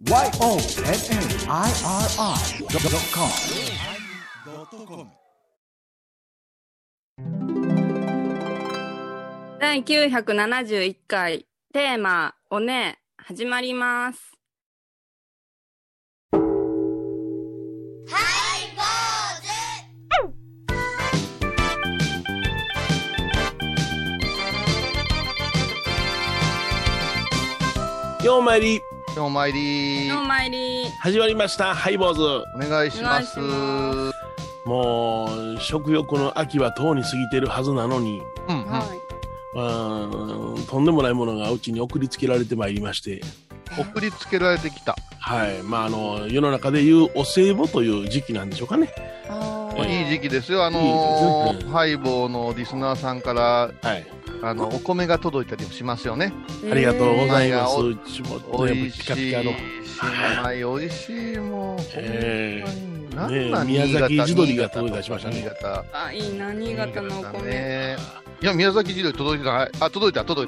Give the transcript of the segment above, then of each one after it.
YONNIRI.com 第971回テーマおね始まります。 ようまいりようまいりお参り始まりました。ハイボーズ、 お願いします。 お願いしもう食欲の秋はとうに過ぎてるはずなのに、とんでもないものがうちに送りつけられてまいりまして、 送りつけられてきた。 はい、世の中でいうお歳暮という時期なんでしょうかね。 いい時期ですよ。 いいですね。 ハイボーのリスナーさんからはい、 お米が届いたりもしますよね。 ありがとうございます。 おうちもおいしい、 ピカピカのおいしい、もう、 宮崎地鶏が届いたりしましたね。 新潟。 あ、いいな、新潟のお米、 ね。いや、宮崎地鶏届いてない。あ、届いた。 危ない。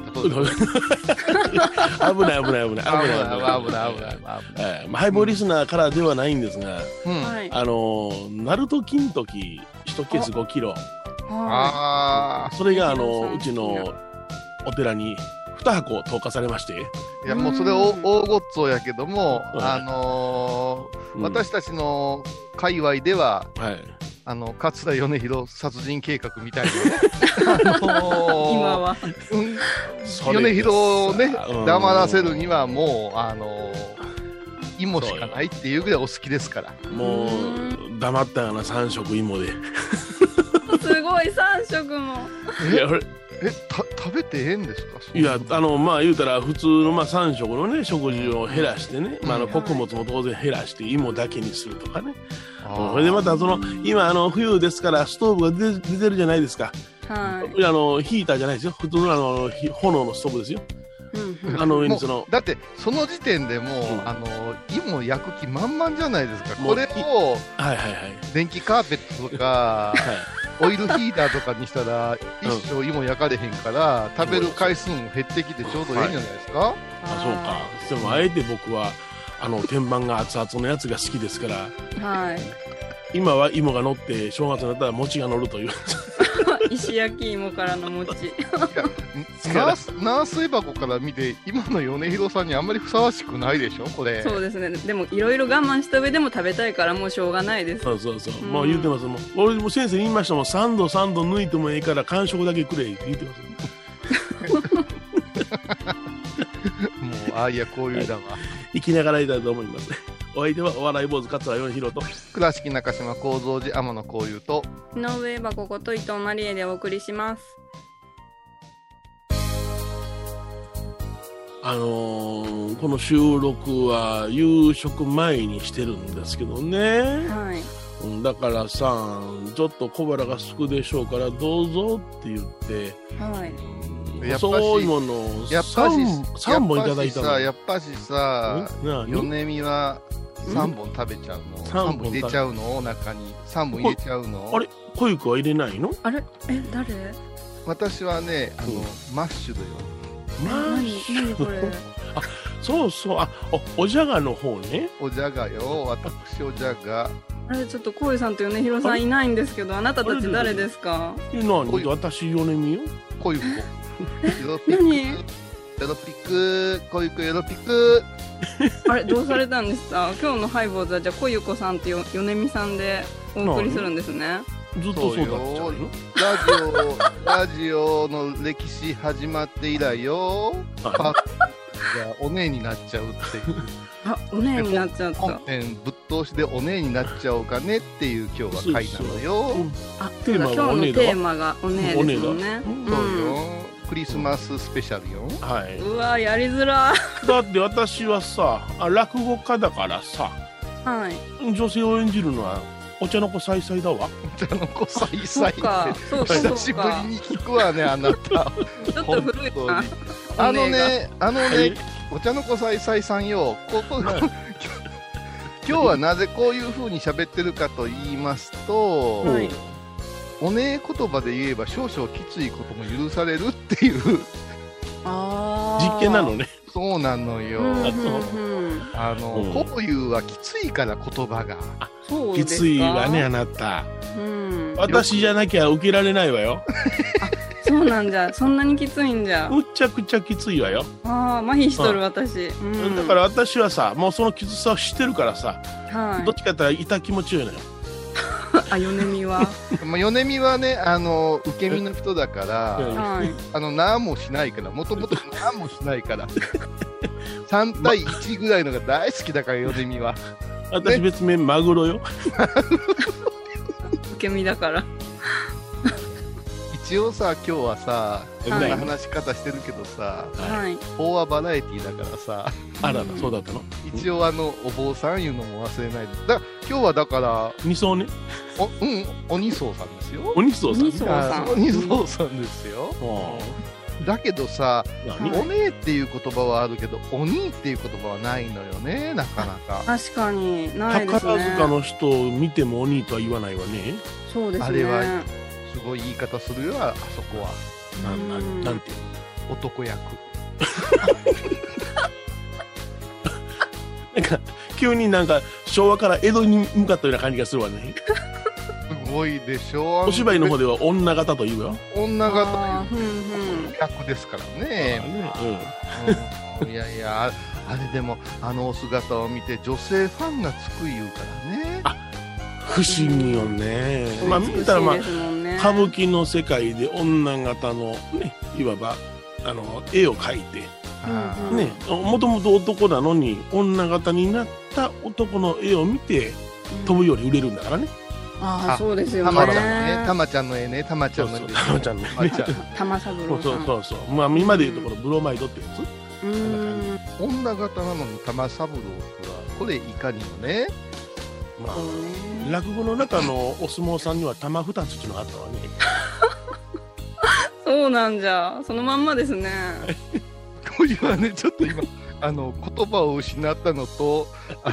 ハイボーリスナーからではないんですが、 はい、 ナルト金時1ケース5キロ、それがうちのお寺に2箱投下されまして、 いや、もうそれ大ごっつおやけども、私たちの界隈では、桂米広殺人計画みたいな、 今は、 米広をね、黙らせるにはもう芋しかないっていうぐらいお好きですから。 もう黙ったような3食芋で。 すごい3食も。 食べてええんですか？ いや、言うたら普通の3食のね食事を減らしてね、穀物も当然減らして芋だけにするとかね。それでまた今冬ですからストーブが出てるじゃないですか。 はい。 ヒーターじゃないですよ。普通の炎のストーブですよ。 だってその時点でもう、芋焼く気満々じゃないですか。これを電気カーペットとかオイルヒーターとかにしたら一生芋焼かれへんから、食べる回数も減ってきてちょうどいいんじゃないですか。 そうか。でもあえて僕は天板が熱々のやつが好きですから、今は芋が乗って正月になったら餅が乗るという石焼き芋からの餅。 ナースエバコから見て今の米広さんにあんまりふさわしくないでしょこれ。 そうですね。でもいろいろ我慢した上でも食べたいからもうしょうがないです。 そう、もう言うてます。もう俺も先生に言いましたもん。3度抜いてもいいから完食だけくれって言ってます。 もういや、こういうだわ。 生きながらいたいと思います。お相手はお笑い坊主桂米広と倉敷中島幸三寺天野幸雄と井上箱こと伊藤マリエでお送りします。 この収録は夕食前にしてるんですけどね、だからさ、ちょっと小腹がすくでしょうからどうぞって言って、そういうものを 3本いただいたの。 やっぱしさ、米見は3本食べちゃうの。3本入れちゃうの。中に3本入れちゃうの。 あれ、小雪は入れないの？ あれ、誰？ 私はね、マッシュだよ。 何これ？ あ、そう、おじゃがの方ね。 おじゃがよ、私おじゃが。 あれ、ちょっとこうさんと米広さんいないんですけど、あなたたち誰ですか？ 何？私米見よ。 こゆこ。 何？ ヨロピク、こゆこヨロピク。 あれ、どうされたんですか？今日のハイボーズはじゃあこゆこさんと米見さんでお送りするんですね。 ずっとそうだっちゃうの？ ラジオの歴史始まって以来よ。じゃあお姉になっちゃうっていう。 あ、お姉になっちゃった。 本編ぶっ通しでお姉になっちゃおうかねっていう今日は回なのよ。 あ、そうだ、今日のテーマがお姉ですもんね。 そうよ。クリスマススペシャルよ。 うわ、やりづら。 だって私はさ、落語家だからさ、女性を演じるのはお茶の子さいさいだわ。 お茶の子さいさいって久しぶりに聞くわね、あなた。 ちょっと古いな。 お茶の子さいさいさんよ。今日はなぜこういう風に喋ってるかと言いますと、おねえ言葉で言えば少々きついことも許されるっていう実験なのね。 そうなのよ。こういうはきついから言葉が。 きついわね、あなた。私じゃなきゃ受けられないわよ。 そうなんじゃ、そんなにきついんじゃ。 むちゃくちゃきついわよ。 麻痺しとる私。 だから私はさ、もうそのきつさを知ってるからさ、どっちかって言ったら痛気持ちよいのよ。 米見は米見はね、受け身の人だから、何もしないから、もともと何もしないから、3対1ぐらいのが大好きだから、米見は。 私別名マグロよ。 受け身だから。 一応さ、今日はさ、こんな話し方してるけどさ、法話バラエティーだからさ、 あらら、そうだったの？ 一応お坊さんいうのも忘れないで。今日はだから、 二層ね。 鬼僧さんですよ。 鬼僧さん。 鬼僧さんですよ。だけどさ、おねえっていう言葉はあるけど、鬼っていう言葉はないのよね、なかなか。 確かに、ないですね。 宝塚の人を見ても鬼とは言わないわね。 そうですね。 あれは、すごい言い方するよ、あそこは。 なんていうの？男役。 なんか、急になんか、昭和から江戸に向かったような感じがするわね。 すごいでしょ。 お芝居の方では女型と言うよ。 女型役ですからね。いやいや、あれでもお姿を見て女性ファンがつく言うからね。 不思議よね。まあ見たら歌舞伎の世界で女型のね、いわば絵を描いてね、もともと男なのに女型になった男の絵を見て飛ぶより売れるんだからね。 そうですよね。 たまちゃんの絵ね、たまちゃんの絵。 たまちゃんの絵ね。 玉三郎さん。 そうそう。まあ今でいうところブロマイドってやつ。 女型なのに玉三郎はこれいかにもね。 まあ落語の中のお相撲さんには玉二つっていうのがあったわね。 そうなんじゃ、そのまんまですね。 これはね、ちょっと今言葉を失ったのと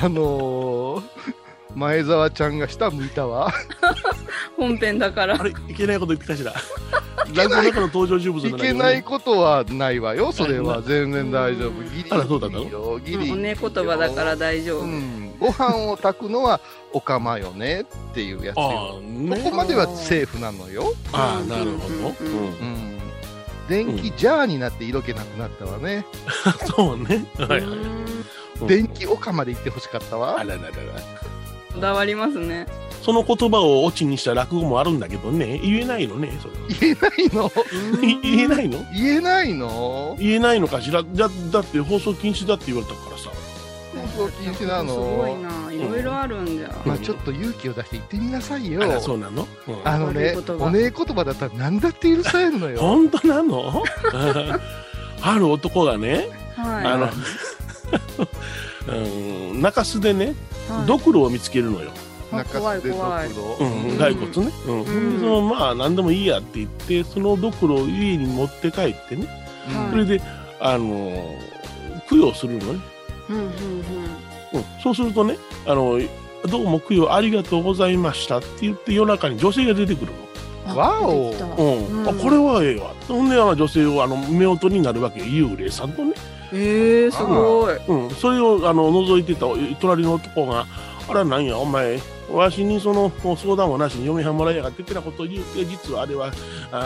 前澤ちゃんが下向いたわ。 本編だから。 あれ、いけないこと言ってたしら。落語の中の登場人物いけないことはないわよ、それは。全然大丈夫。ギリあら、そうだったの？ ギリ。おね言葉だから大丈夫。 ご飯を炊くのはお釜よねっていうやつよ。ここまではセーフなのよ。 なるほど。 電気ジャーになって色気なくなったわね。 そうね。 電気お釜で言ってほしかったわ。 あらららら。 こだわりますね。 その言葉をオチにした落語もあるんだけどね、言えないのね、それは。 言えないの？ 言えないの？ 言えないの？ 言えないのかしら。だって放送禁止だって言われたからさ。 放送禁止なの？ すごいな、いろいろあるんじゃ。 まあちょっと勇気を出して言ってみなさいよ。 そうなの？ ね、おねえ言葉だったら何だって許されるのよ。 本当なの？ある男がね、中洲でね、ドクロを見つけるのよ。 怖い怖い。 骸骨ね。まあ何でもいいやって言ってそのドクロを家に持って帰ってね、それで供養するのね。そうするとね、どうも供養ありがとうございましたって言って夜中に女性が出てくるの。 わお。 これはええわ。ほんで女性を夫婦になるわけ、幽霊さんとね。 すごい。 それを覗いてた隣の男が、あらなんやお前わしにその相談もなしに嫁はんもらいやがってってなことを言うて、実はあれは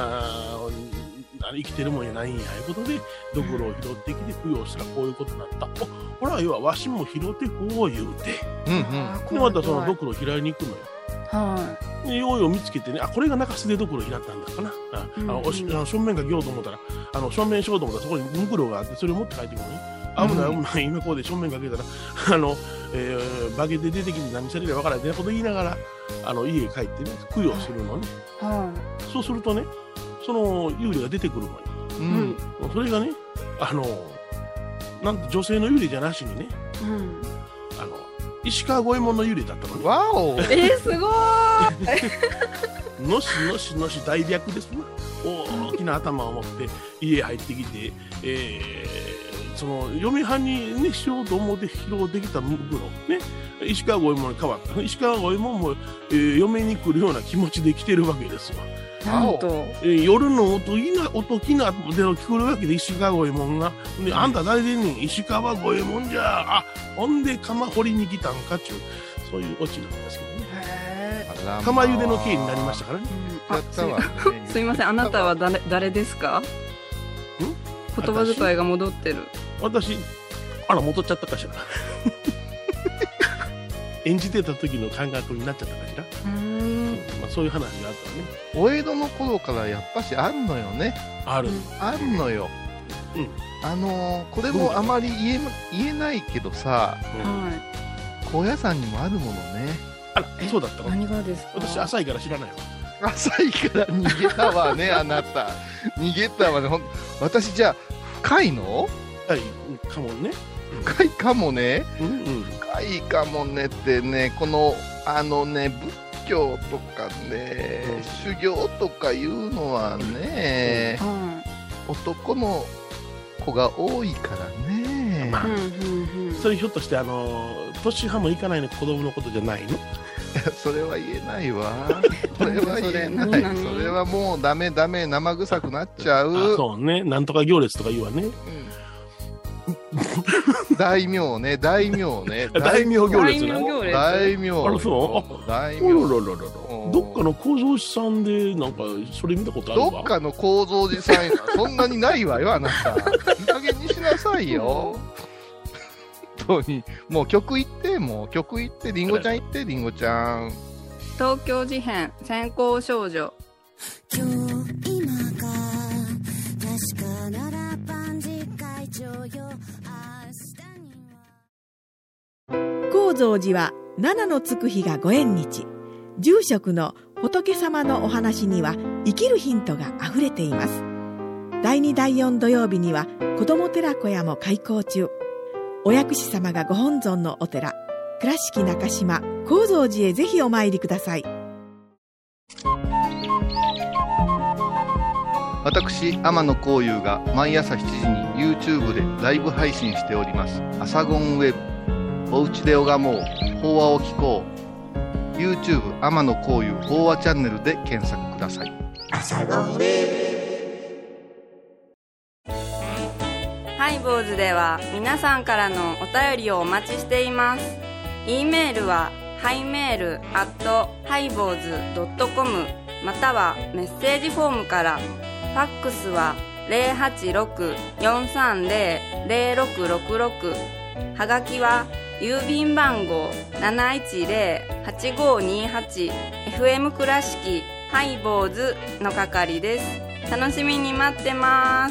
生きてるもんやないんやいうことでドクロを拾ってきて供養したらこういうことになった。ほら要はわしも拾ってこう言うて、でまたそのドクロを拾いに行くのよ。でようよう見つけてね、これが中洲でドクロを拾ったんだかな。正面が行と思ったら正面しようと思ったらそこにムクロがあってそれを持って帰ってくるのね。危ない危ない、今こうで正面かけたらバケで出てきて何されるか分からないってこと言いながら家へ帰ってね供養するのね。そうするとね、その幽霊が出てくるのよ。それがねなんと女性の幽霊じゃなしにね、石川五右衛門の幽霊だったのね。 わお。 すごい。のしのしのし大白ですね。大きな頭を持って家へ入ってきて、 その嫁はんにねしようと思って披露できた袋ね、石川五右衛門に変わった石川五右衛門も、嫁に来るような気持ちで来てるわけですわ。 なんと、 夜のおときなでの来るわけで石川五右衛門が、であんた誰でんねん、石川五右衛門じゃ、あほんで釜掘りに来たんかっちゅう、そういうオチなんですけどね。釜茹での刑になりましたからね。 すいません、あなたは誰ですか？言葉遣いが戻ってる。 私、あら戻っちゃったかしら。演じてた時の感覚になっちゃったかしら。まあ、そういう話があったね。 お江戸の頃からやっぱしあんのよね。 あるのよ。これもあまり言えないけどさ、高野山にもあるものね。 あら、そうだったの？ 何がですか？ 私浅いから知らないわ。 浅いから逃げたわね、あなた。逃げたわね。私じゃあ深いの？ 深いかもね。 深いかもね。深いかもねってね、この仏教とかね、修行とかいうのはね、男の子が多いからね。 それひょっとして年派もいかないの子供のことじゃないの？ それは言えないわ。それは言えない。それはもうダメ生臭くなっちゃう。 そうね、なんとか行列とか言うわね。 大名ね。 大名行列な。 大名。 あらそう。大名。どっかの構造寺さんでなんかそれ見たことあるわ。 どっかの構造寺さんそんなにないわよ、あなた。いい加減にしなさいよ。本当に。もう曲行って、りんごちゃん行って、りんごちゃん。 東京事変先行少女。 高蔵寺は七のつく日がご縁日。住職の仏様のお話には生きるヒントがあふれています。第2第4土曜日には子ども寺小屋も開校中。お薬師様がご本尊のお寺、倉敷中島・高蔵寺へぜひお参りください。 私天野幸雄が毎朝7時に YouTube でライブ配信しておりますアサゴンウェブ。おうちで拝もう、法話を聞こう。 YouTube 天野幸雄法話チャンネルで検索ください。アサゴンウェブ。 ハイボーズでは皆さんからのお便りをお待ちしています。 E メールはハイメール@highboz.com またはメッセージフォームから。ファックスは 086-430-0666。 はがきは郵便番号 710-8528 FM 倉敷ハイボーズの係です。楽しみに待ってます。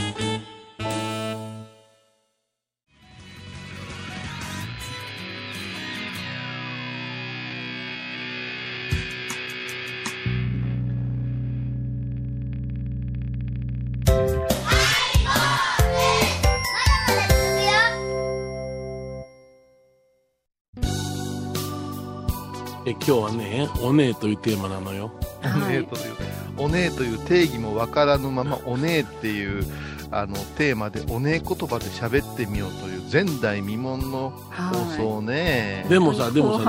今日はね、おねえというテーマなのよ。 おねえという定義もわからぬままおねえっていうテーマでおねえ言葉で喋ってみようという前代未聞の放送ね。 でもさ、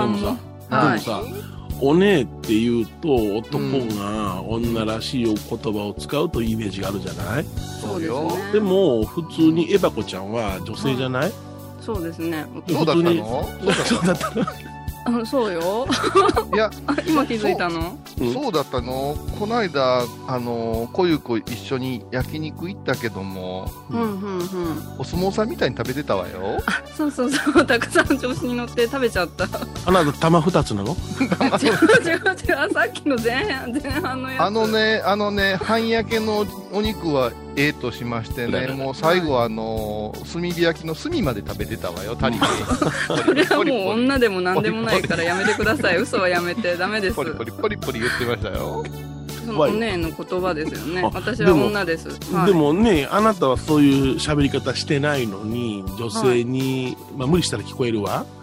おねえっていうと男が女らしいお言葉を使うというイメージがあるじゃない？ そうよ。 でも普通にエバコちゃんは女性じゃない？ そうですね。 そうだったの？ そうだったの？ そうよ。いや今気づいたの？ そうだったの。この間こゆこ一緒に焼肉行ったけども、お相撲さんみたいに食べてたわよ。 そうたくさん調子に乗って食べちゃった。 あなた玉2つなの？ 違うさっきの前半のやつ。 半焼けのお肉はとしましてね、もう最後炭火焼きの炭まで食べてたわよ。足りてそれはもう女でも何でもないからやめてください。嘘はやめてダメです。 ポリポリ言ってましたよ。 そのおねえの言葉ですよね。私は女です。 でもね、あなたはそういう喋り方してないのに女性に、無理したら聞こえるわ。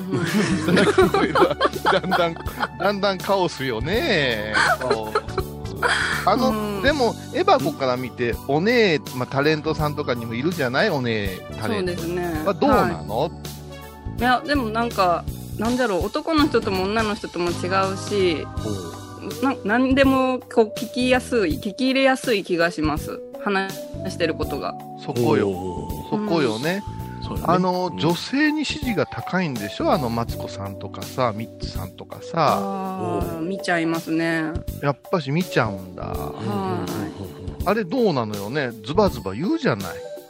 だんだんカオスよね。 でもエバコから見てお姉、タレントさんとかにもいるじゃない、お姉タレント。 そうですね。 どうなの？ いやでもなんだろう、男の人とも女の人とも違うし、何でもこう聞き入れやすい気がします。話してることが。 そこよね。女性に支持が高いんでしょ、マツコさんとかさ、ミッツさんとかさ。 見ちゃいますね。 やっぱし見ちゃうんだ。あれどうなのよね、ズバズバ言うじゃない。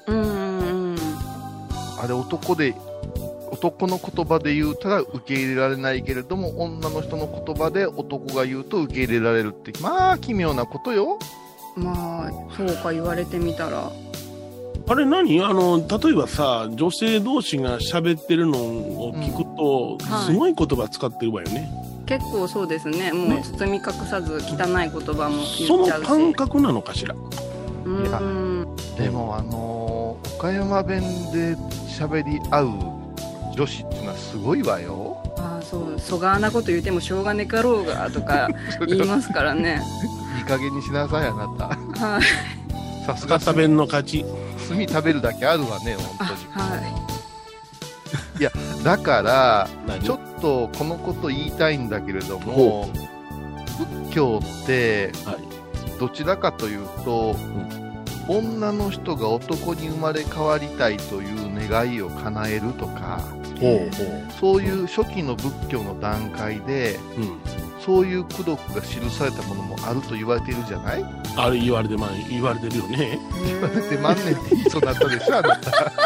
あれ男の言葉で言うたら受け入れられないけれども、女の人の言葉で男が言うと受け入れられるって、奇妙なことよ。 そうか、言われてみたら。 あれ何？例えばさ、女性同士が喋ってるのを聞くと、すごい言葉使ってるわよね。 結構そうですね。もう包み隠さず汚い言葉も言っちゃうし。 その感覚なのかしら。 でも岡山弁で喋り合う女子っていうのはすごいわよ。 そう、そがーなこと言うてもしょうがねかろうがとか言いますからね。 いい加減にしなさい、あなた。はい。さすが博多弁の勝ち。 炭食べるだけあるわね、本当に。いや、だからちょっとこのこと言いたいんだけれども、仏教ってどちらかというと、女の人が男に生まれ変わりたいという願いを叶えるとか、そういう初期の仏教の段階で、そういう功徳が記されたものもあると言われているじゃない？ あれ言われてるよね。 言われて万年って言いそうになったでしょ、あなた。はい、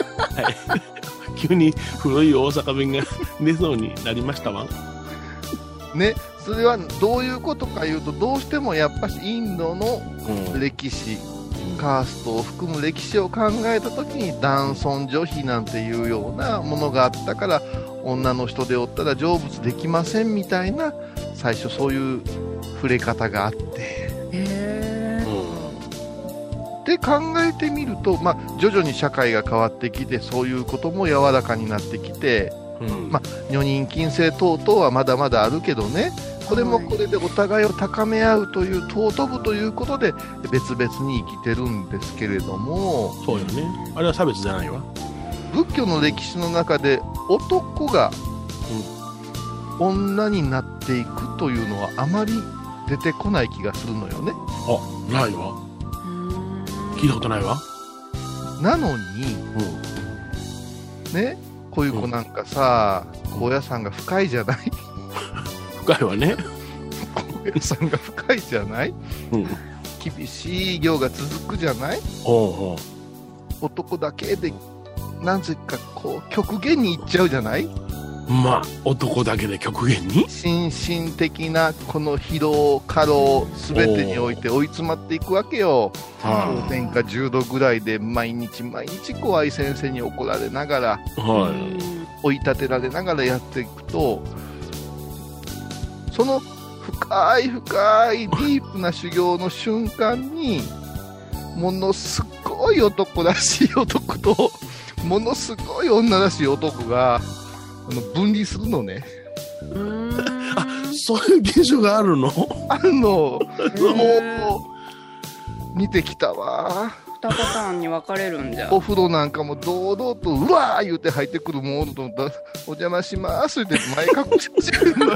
急に古い大阪弁が出そうになりましたわ。 ね、それはどういうことかいうと、どうしてもやっぱしインドの歴史、カーストを含む歴史を考えたときに男尊女卑なんていうようなものがあったから、女の人でおったら成仏できませんみたいな、最初そういう触れ方があって、で考えてみると、徐々に社会が変わってきて、そういうことも柔らかになってきて、女人禁制等々はまだまだあるけどね、これもこれでお互いを高め合うという、尊ぶということで別々に生きてるんですけれども。 そうよね、あれは差別じゃないわ。 仏教の歴史の中で男が女になっていくというのはあまり出てこない気がするのよね。 ないわ。聞いたことないわ。 なのに、ね、こういう子なんかさ、高野山が深いじゃない？ 深いわね。 高野山が深いじゃない？厳しい行が続くじゃない？男だけでなぜかこう極限にいっちゃうじゃない？ 男だけで極限に心身的なこの疲労過労全てにおいて追い詰まっていくわけよ。氷点下10度ぐらいで毎日怖い先生に怒られながら、追い立てられながらやっていくと、その深いディープな修行の瞬間に、ものすごい男らしい男とものすごい女らしい男が分離するのね。 そういう現象があるの？ あるの。もう見てきたわ。 2パターンに分かれるんじゃ。 お風呂なんかも堂々とうわー言うて入ってくるものと、お邪魔しますって前隠ししてるのよ。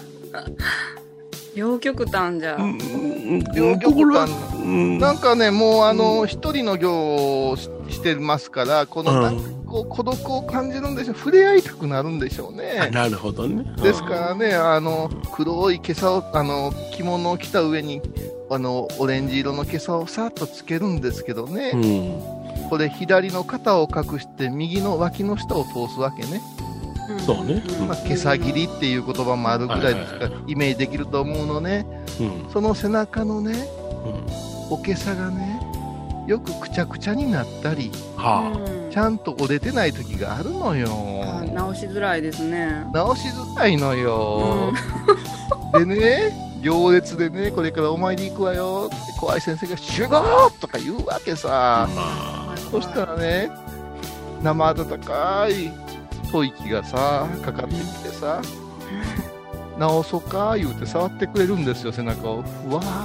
両極端じゃ。 両極端なんかね、もう一人の行をしてますから、このこう孤独を感じるんでしょう。触れ合いたくなるんでしょうね。 なるほどね。 ですからね、黒い今朝を着物を着た上にオレンジ色の今朝をさっとつけるんですけどね、これ左の肩を隠して右の脇の下を通すわけね。 そうね。 今朝切りっていう言葉もあるぐらいですから、イメージできると思うのね。その背中のね、おけさがね、よくくちゃくちゃになったり、ちゃんと折れてない時があるのよ。 直しづらいですね。 直しづらいのよ。でね、行列でね、これからお参り行くわよって怖い先生が集合とか言うわけさ。そしたらね、生温かい吐息がさかかってきてさ、直そうか言うて触ってくれるんですよ、背中を。うわー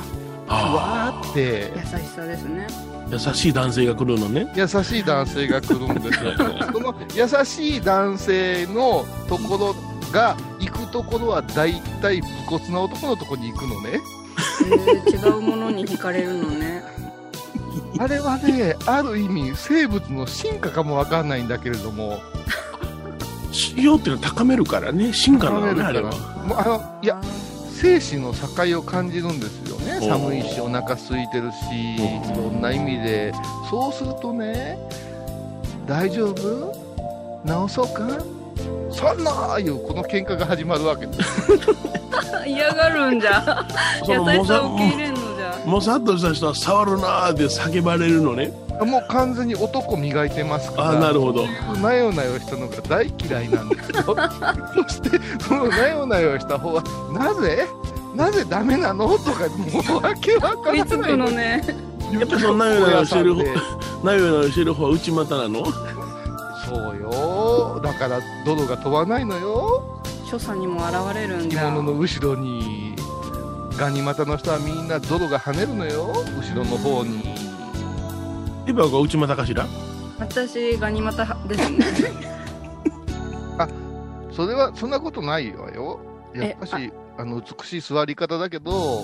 わーって優しさですね。 優しい男性が来るのね。 優しい男性が来るんですよ。その優しい男性のところが行くところは大体武骨な男のところに行くのね。 違うものに惹かれるのね。 あれはね、ある意味生物の進化かもわかんないんだけれども、 修行っていうのは高めるからね、進化なのね、あれは。 もういや、生死の境を感じるんですよね。寒いしお腹空いてるし、いろんな意味で。そうするとね、大丈夫？直そうか？そんないうこの喧嘩が始まるわけです。 嫌がるんじゃ。優しさを受け入れんのじゃ。 もさっとした人は触るなーって叫ばれるのね。 もう完全に男磨いてますから。 あ、なるほど。 なよなよしたのが大嫌いなんですよ。そしてそのなよなよした方はなぜダメなのとか、もうわけわからない。 食いつくのね。 やっぱそのなよなよしてる方は内股なの？ そうよ。だから泥が飛ばないのよ。 所作にも現れるんだ。 着物の後ろにガニ股の人はみんな泥が跳ねるのよ。後ろの方に。 エヴァが内股かしら？ 私ガニ股ですね。 あ、それはそんなことないわよ。やっぱし美しい座り方だけど、はい、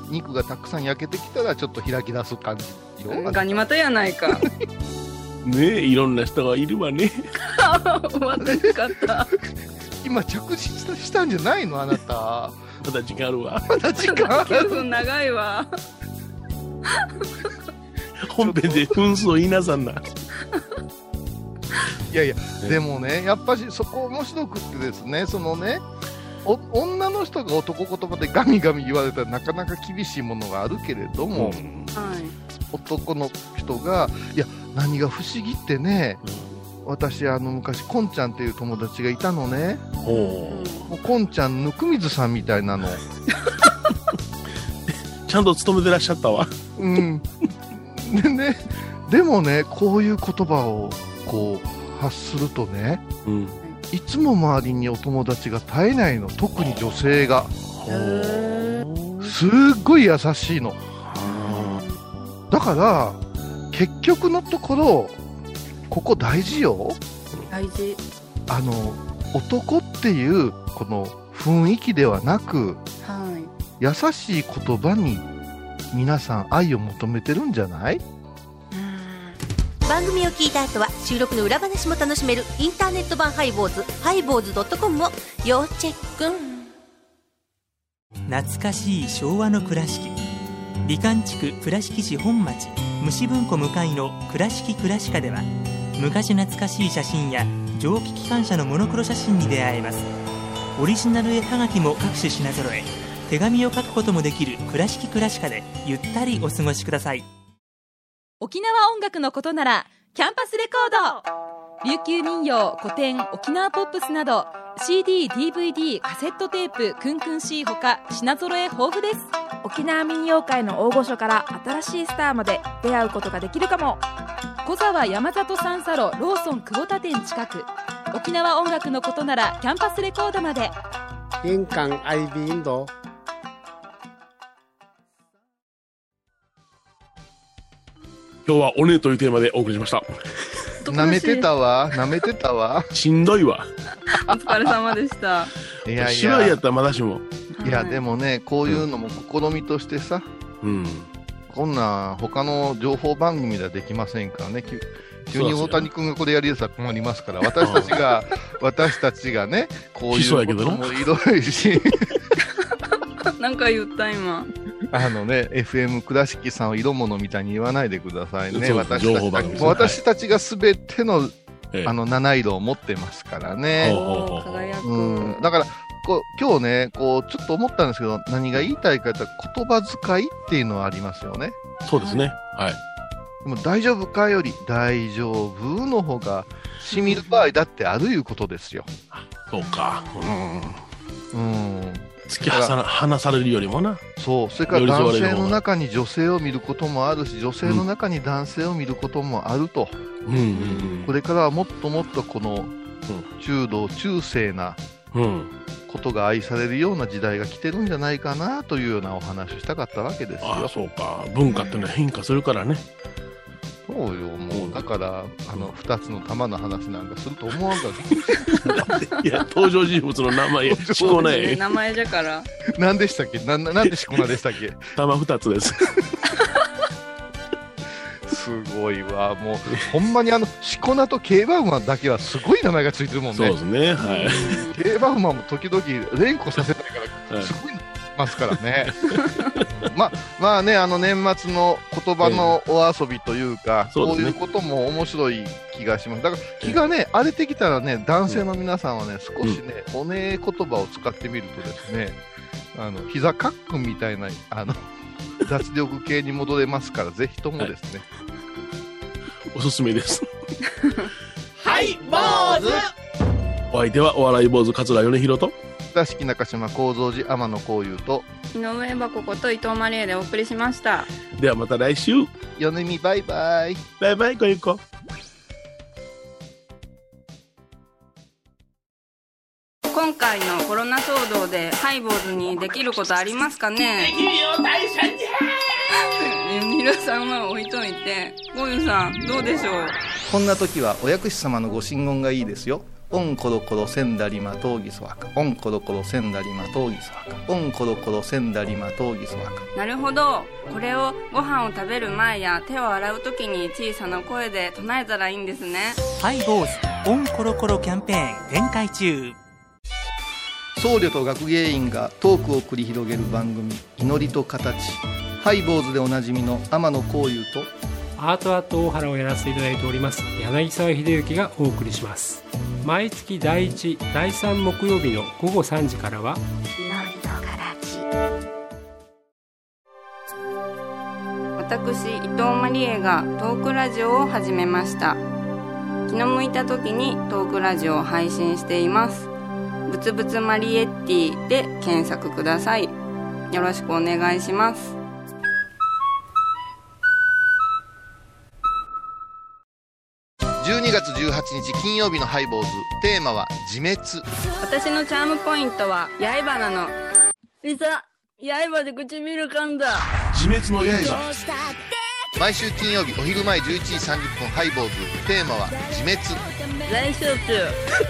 肉がたくさん焼けてきたらちょっと開き出す感じよ。 ガニ股やないか。 ねえ、いろんな人がいるわね。 悪かった。 今着地したんじゃないのあなた。 まだ時間あるわ。 まだ時間ある。 9分長いわ。 本編で分数を言いなさんな。 いやいや、でもね、やっぱしそこ面白くってですね、そのね、女の人が男言葉でガミガミ言われたらなかなか厳しいものがあるけれども、男の人が、いや、何が不思議ってね、私昔こんちゃんっていう友達がいたのね。もうこんちゃん温水さんみたいなの。 ちゃんと勤めてらっしゃったわ。 うん。でね、でもね、こういう言葉をこう発するとね、いつも周りにお友達が絶えないの。特に女性がすっごい優しいの。だから結局のところここ大事よ。 大事。 男っていうこの雰囲気ではなく、優しい言葉に皆さん愛を求めてるんじゃない？ 番組を聞いた後は収録の裏話も楽しめるインターネット版ハイボーズ、ハイボーズ.com を要チェック。 懐かしい昭和の倉敷、美観地区倉敷市本町虫文庫向かいの倉敷倉歯科では、昔懐かしい写真や蒸気機関車のモノクロ写真に出会えます。オリジナル絵はがきも各種品揃え、手紙を書くこともできる倉敷倉歯科でゆったりお過ごしください。 沖縄音楽のことならキャンパスレコード、琉球民謡、古典、沖縄ポップスなど CD、DVD、カセットテープ、クンクン C ほか品揃え豊富です。 沖縄民謡界の大御所から新しいスターまで出会うことができるかも。 小沢山里三佐路ローソン久保田店近く。沖縄音楽のことならキャンパスレコードまで。 印港 IB 印度。 今日はおねというテーマでお送りしました。 舐めてたわ。 しんどいわ。 お疲れ様でした。 いや白いやったらまだしも。 いや、でもね、こういうのも試みとしてさ、こんな他の情報番組ではできませんからね。急に大谷君がこれやりだしたら困りますから、私たちがね、こういうこともいろいろし。 なんか言った今。 FM 倉敷さんを色物みたいに言わないでくださいね。私たちが全ての、七色を持ってますからね。 輝く。 だから今日ね、ちょっと思ったんですけど、何が言いたいかというと、言葉遣いっていうのはありますよね。 そうですね。はい。 でも大丈夫かより大丈夫の方がしみる場合だってあるいうことですよ。 そうか。突き放されるよりもな。 そう。それから男性の中に女性を見ることもあるし、女性の中に男性を見ることもあると。これからはもっともっとこの中道中世なことが愛されるような時代が来てるんじゃないかなというようなお話をしたかったわけですよ。 ああ、そうか。文化っていうのは変化するからね。 そうよ、もうだから2つの玉の話なんかすると思わんかいや、登場人物の名前しこない、 名前じゃから何でしたっけ、なんでしこなでしたっけ玉2つですすごいわ、もうほんまにしこ名と競馬馬だけはすごい名前がついてるもんね。 そうですね、はい。 競馬馬も時々連呼させたいからすごいますからねまあね、年末の言葉のお遊びというか、こういうことも面白い気がします。だから気がね荒れてきたらね、男性の皆さんはね、少しね、おね言葉を使ってみるとですね、膝かっくんみたいな脱力系に戻れますから、ぜひともですね、 おすすめですはい坊主。 お相手はお笑い坊主桂米宏と倉敷中島幸三寺天野幸雄と井上箱こと伊藤マリエでお送りしました。 ではまた来週。 米見バイバイ。 バイバイ、ごゆっこ。 今回のコロナ騒動でハイボーズにできることありますかね。 できるよ大社じゃ皆さんは置いといて、ゴユさんどうでしょう。 こんな時はお薬師様のご神言がいいですよ。オンコロコロセンダリマトウギソワカ、オンコロコロセンダリマトウギソワカ、オンコロコロセンダリマトウギソワカ。 なるほど。これをご飯を食べる前や手を洗う時に小さな声で唱えたらいいんですね。 ハイボーズオンコロコロキャンペーン展開中。 僧侶と学芸員がトークを繰り広げる番組、祈りと形。ハイボーズでおなじみの天野幸雄とアートアット大原をやらせていただいております柳沢秀幸がお送りします。毎月第1、第3木曜日の午後3時からは私伊藤マリエがトークラジオを始めました。気の向いた時にトークラジオを配信しています。ぶつぶつマリエッティで検索ください。よろしくお願いします。 12月18日金曜日のハイボーズ、テーマは自滅。 私のチャームポイントは刃なの。いた、刃で唇噛んだ。 自滅の刃。 毎週金曜日お昼前11時30分ハイボーズ、テーマは自滅。 大焼酎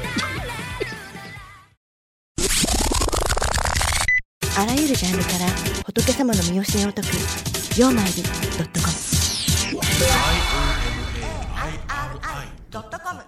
あらゆるジャンルから仏様の身教えを解く曜マイル.com。